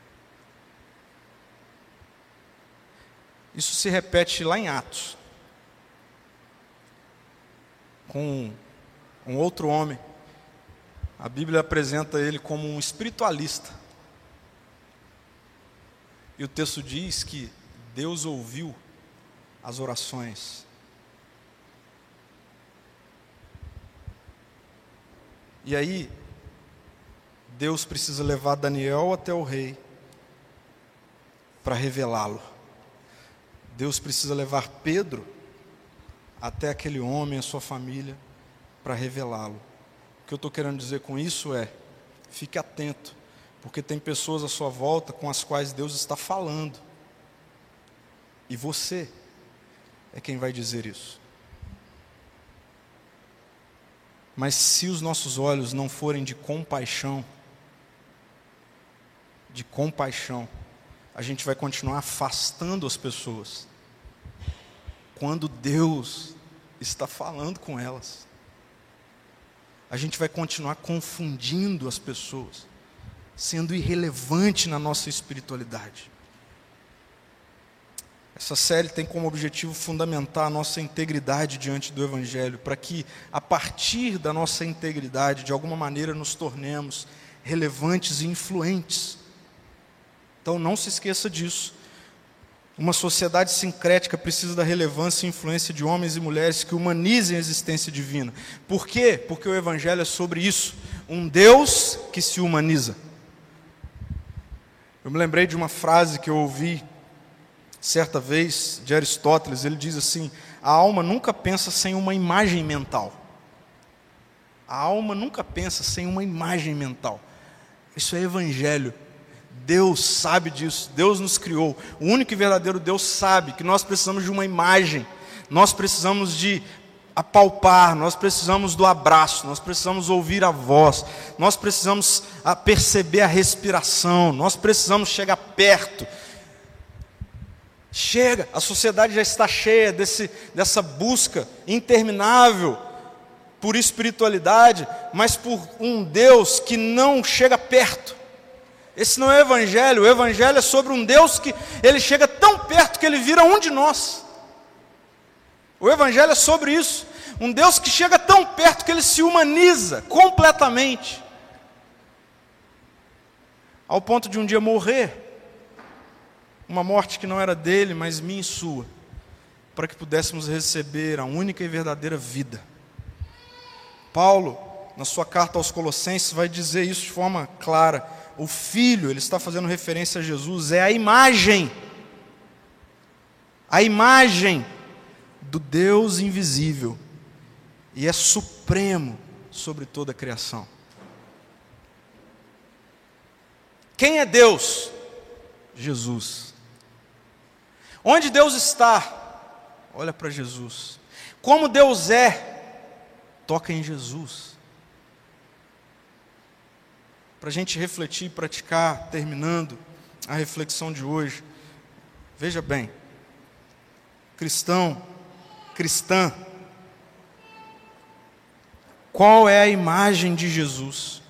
Isso se repete lá em Atos. Com um outro homem. A Bíblia apresenta ele como um espiritualista. E o texto diz que Deus ouviu as orações. E aí, Deus precisa levar Daniel até o rei para revelá-lo. Deus precisa levar Pedro até aquele homem, a sua família, para revelá-lo. O que eu estou querendo dizer com isso é, fique atento, porque tem pessoas à sua volta com as quais Deus está falando. E você é quem vai dizer isso. Mas se os nossos olhos não forem de compaixão, de compaixão, a gente vai continuar afastando as pessoas, quando Deus está falando com elas. A gente vai continuar confundindo as pessoas, sendo irrelevante na nossa espiritualidade. Essa série tem como objetivo fundamentar a nossa integridade diante do Evangelho, para que, a partir da nossa integridade, de alguma maneira nos tornemos relevantes e influentes. Então não se esqueça disso. Uma sociedade sincrética precisa da relevância e influência de homens e mulheres que humanizem a existência divina. Por quê? Porque o Evangelho é sobre isso. Um Deus que se humaniza. O Eu me lembrei de uma frase que eu ouvi certa vez de Aristóteles. Ele diz assim: a alma nunca pensa sem uma imagem mental. A alma nunca pensa sem uma imagem mental. Isso é evangelho. Deus sabe disso. Deus nos criou. O único e verdadeiro Deus sabe que nós precisamos de uma imagem. Nós precisamos de apalpar, nós precisamos do abraço, nós precisamos ouvir a voz, nós precisamos perceber a respiração, nós precisamos chegar perto. Chega, a sociedade já está cheia desse, dessa busca interminável por espiritualidade, mas por um Deus que não chega perto. Esse não é o evangelho. O evangelho é sobre um Deus que ele chega tão perto que ele vira um de nós. O evangelho é sobre isso. Um Deus que chega tão perto que ele se humaniza completamente, ao ponto de um dia morrer, uma morte que não era dele, mas minha e sua, para que pudéssemos receber a única e verdadeira vida. Paulo, na sua carta aos Colossenses, vai dizer isso de forma clara. O Filho, ele está fazendo referência a Jesus, é a imagem, a imagem do Deus invisível, e é supremo sobre toda a criação. Quem é Deus? Jesus. Onde Deus está? Olha para Jesus. Como Deus é? Toca em Jesus. Para a gente refletir e praticar, terminando a reflexão de hoje. Veja bem, cristão, cristã, qual é a imagem de Jesus?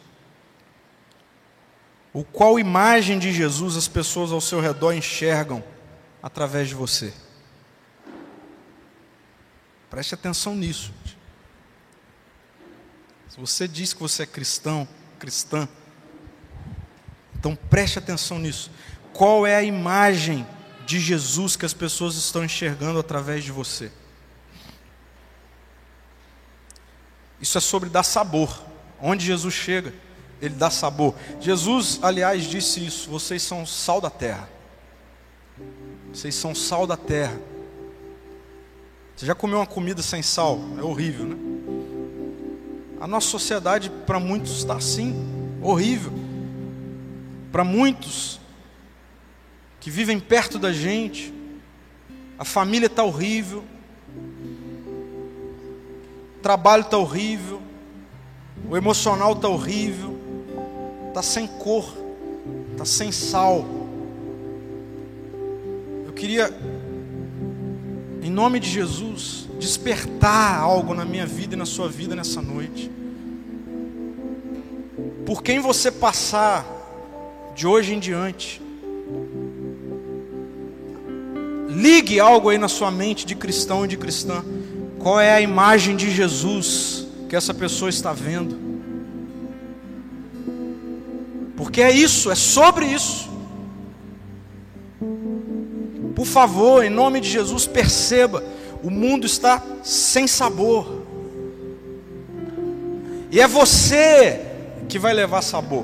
Ou qual imagem de Jesus as pessoas ao seu redor enxergam através de você? Preste atenção nisso. Se você diz que você é cristão, cristã, então preste atenção nisso. Qual é a imagem de Jesus que as pessoas estão enxergando através de você? Isso é sobre dar sabor. Onde Jesus chega, ele dá sabor. Jesus, aliás, disse isso: vocês são sal da terra. Vocês são sal da terra. Você já comeu uma comida sem sal? É horrível, né? A nossa sociedade, para muitos, está assim, horrível. Para muitos que vivem perto da gente, a família está horrível, o trabalho está horrível, o emocional está horrível, está sem cor, está sem sal. Eu queria, em nome de Jesus, despertar algo na minha vida e na sua vida nessa noite. Por quem você passar de hoje em diante, ligue algo aí na sua mente de cristão e de cristã. Qual é a imagem de Jesus que essa pessoa está vendo? Porque é isso, é sobre isso. Por favor, em nome de Jesus, perceba, o mundo está sem sabor. E é você que vai levar sabor.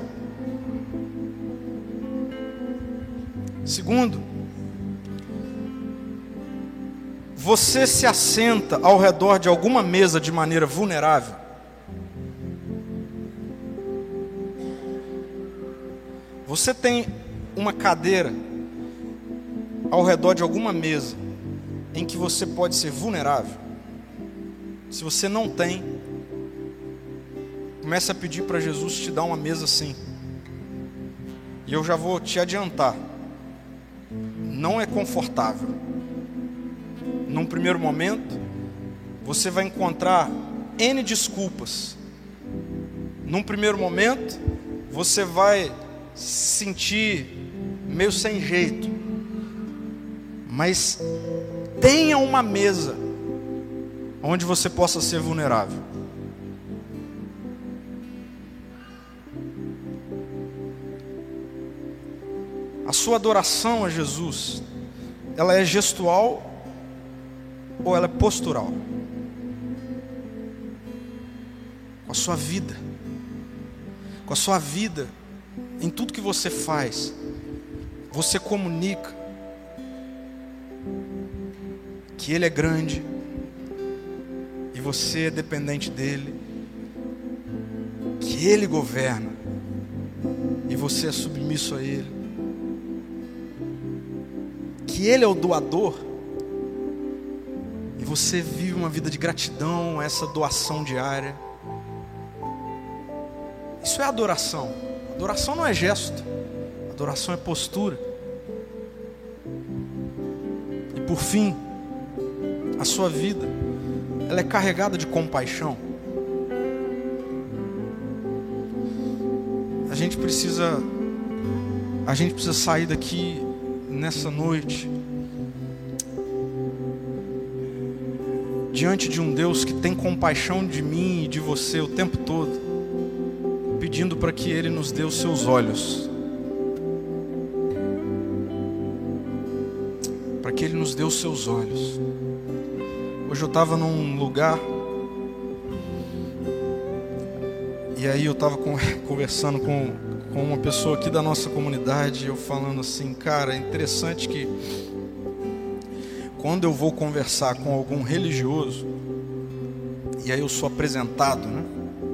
Segundo, você se assenta ao redor de alguma mesa de maneira vulnerável? Você tem uma cadeira ao redor de alguma mesa em que você pode ser vulnerável? Se você não tem, comece a pedir para Jesus te dar uma mesa assim. E eu já vou te adiantar, não é confortável. Num primeiro momento, você vai encontrar N desculpas. Num primeiro momento, você vai se sentir meio sem jeito. Mas tenha uma mesa onde você possa ser vulnerável. A sua adoração a Jesus, ela é gestual ou ela é postural? Com a sua vida, com a sua vida, em tudo que você faz, você comunica que Ele é grande e você é dependente dEle, que Ele governa e você é submisso a Ele, que Ele é o doador e você vive uma vida de gratidão a essa doação diária. Isso é adoração. Adoração não é gesto, adoração é postura. E por fim, a sua vida, ela é carregada de compaixão. A gente precisa, a gente precisa sair daqui nessa noite diante de um Deus que tem compaixão de mim e de você o tempo todo, pedindo para que Ele nos dê os seus olhos, para que Ele nos dê os seus olhos. Hoje eu estava num lugar e aí eu estava conversando com, com uma pessoa aqui da nossa comunidade, eu falando assim, cara, é interessante que quando eu vou conversar com algum religioso e aí eu sou apresentado, né?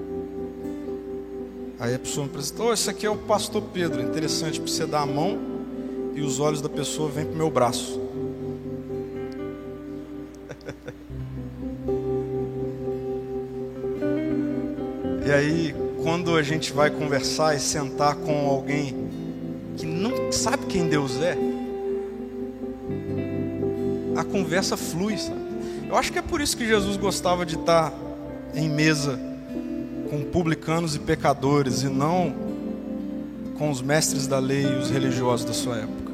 Aí a pessoa me apresentou, oh, esse aqui é o pastor Pedro. Interessante, você dá a mão e os olhos da pessoa vêm para o meu braço. E aí, quando a gente vai conversar e sentar com alguém que não sabe quem Deus é, a conversa flui, sabe? Eu acho que é por isso que Jesus gostava de estar em mesa com publicanos e pecadores e não com os mestres da lei e os religiosos da sua época.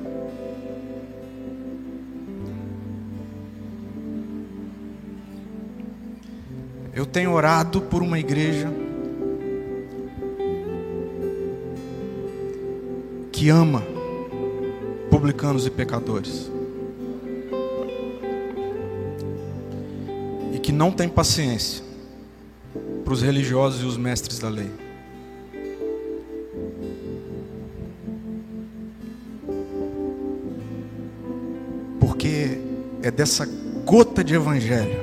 Eu tenho orado por uma igreja que ama publicanos e pecadores e que não tem paciência para os religiosos e os mestres da lei. Porque é dessa gota de evangelho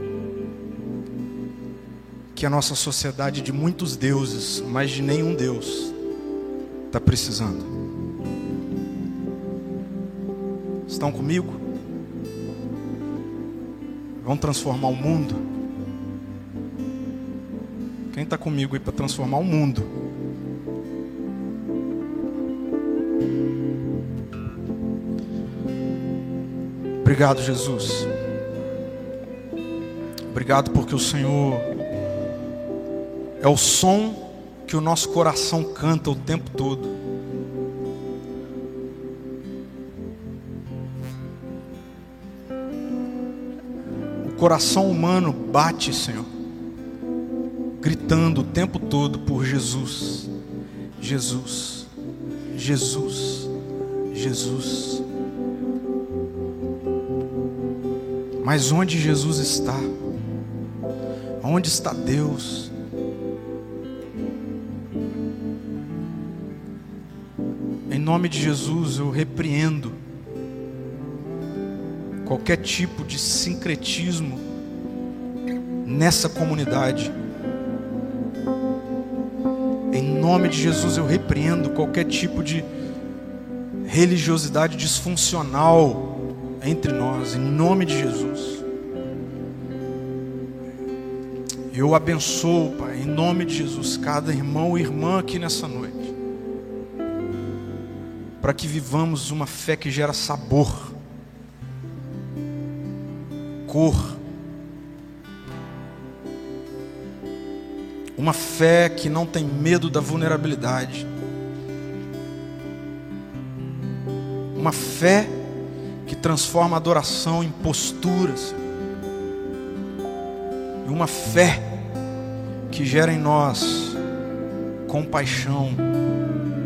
que a nossa sociedade de muitos deuses, mas de nenhum Deus, está precisando. Estão comigo? Vão transformar o mundo? Quem está comigo aí para transformar o mundo? Obrigado, Jesus. Obrigado porque o Senhor é o som que o nosso coração canta o tempo todo. O coração humano bate, Senhor, gritando o tempo todo por Jesus, Jesus, Jesus, Jesus. Mas onde Jesus está? Onde está Deus? Em nome de Jesus eu repreendo qualquer tipo de sincretismo nessa comunidade. Em nome de Jesus eu repreendo qualquer tipo de religiosidade disfuncional entre nós, em nome de Jesus. Eu abençoo, Pai, em nome de Jesus, cada irmão e irmã aqui nessa noite, para que vivamos uma fé que gera sabor, cor, uma fé que não tem medo da vulnerabilidade, uma fé que transforma a adoração em posturas, e uma fé que gera em nós compaixão,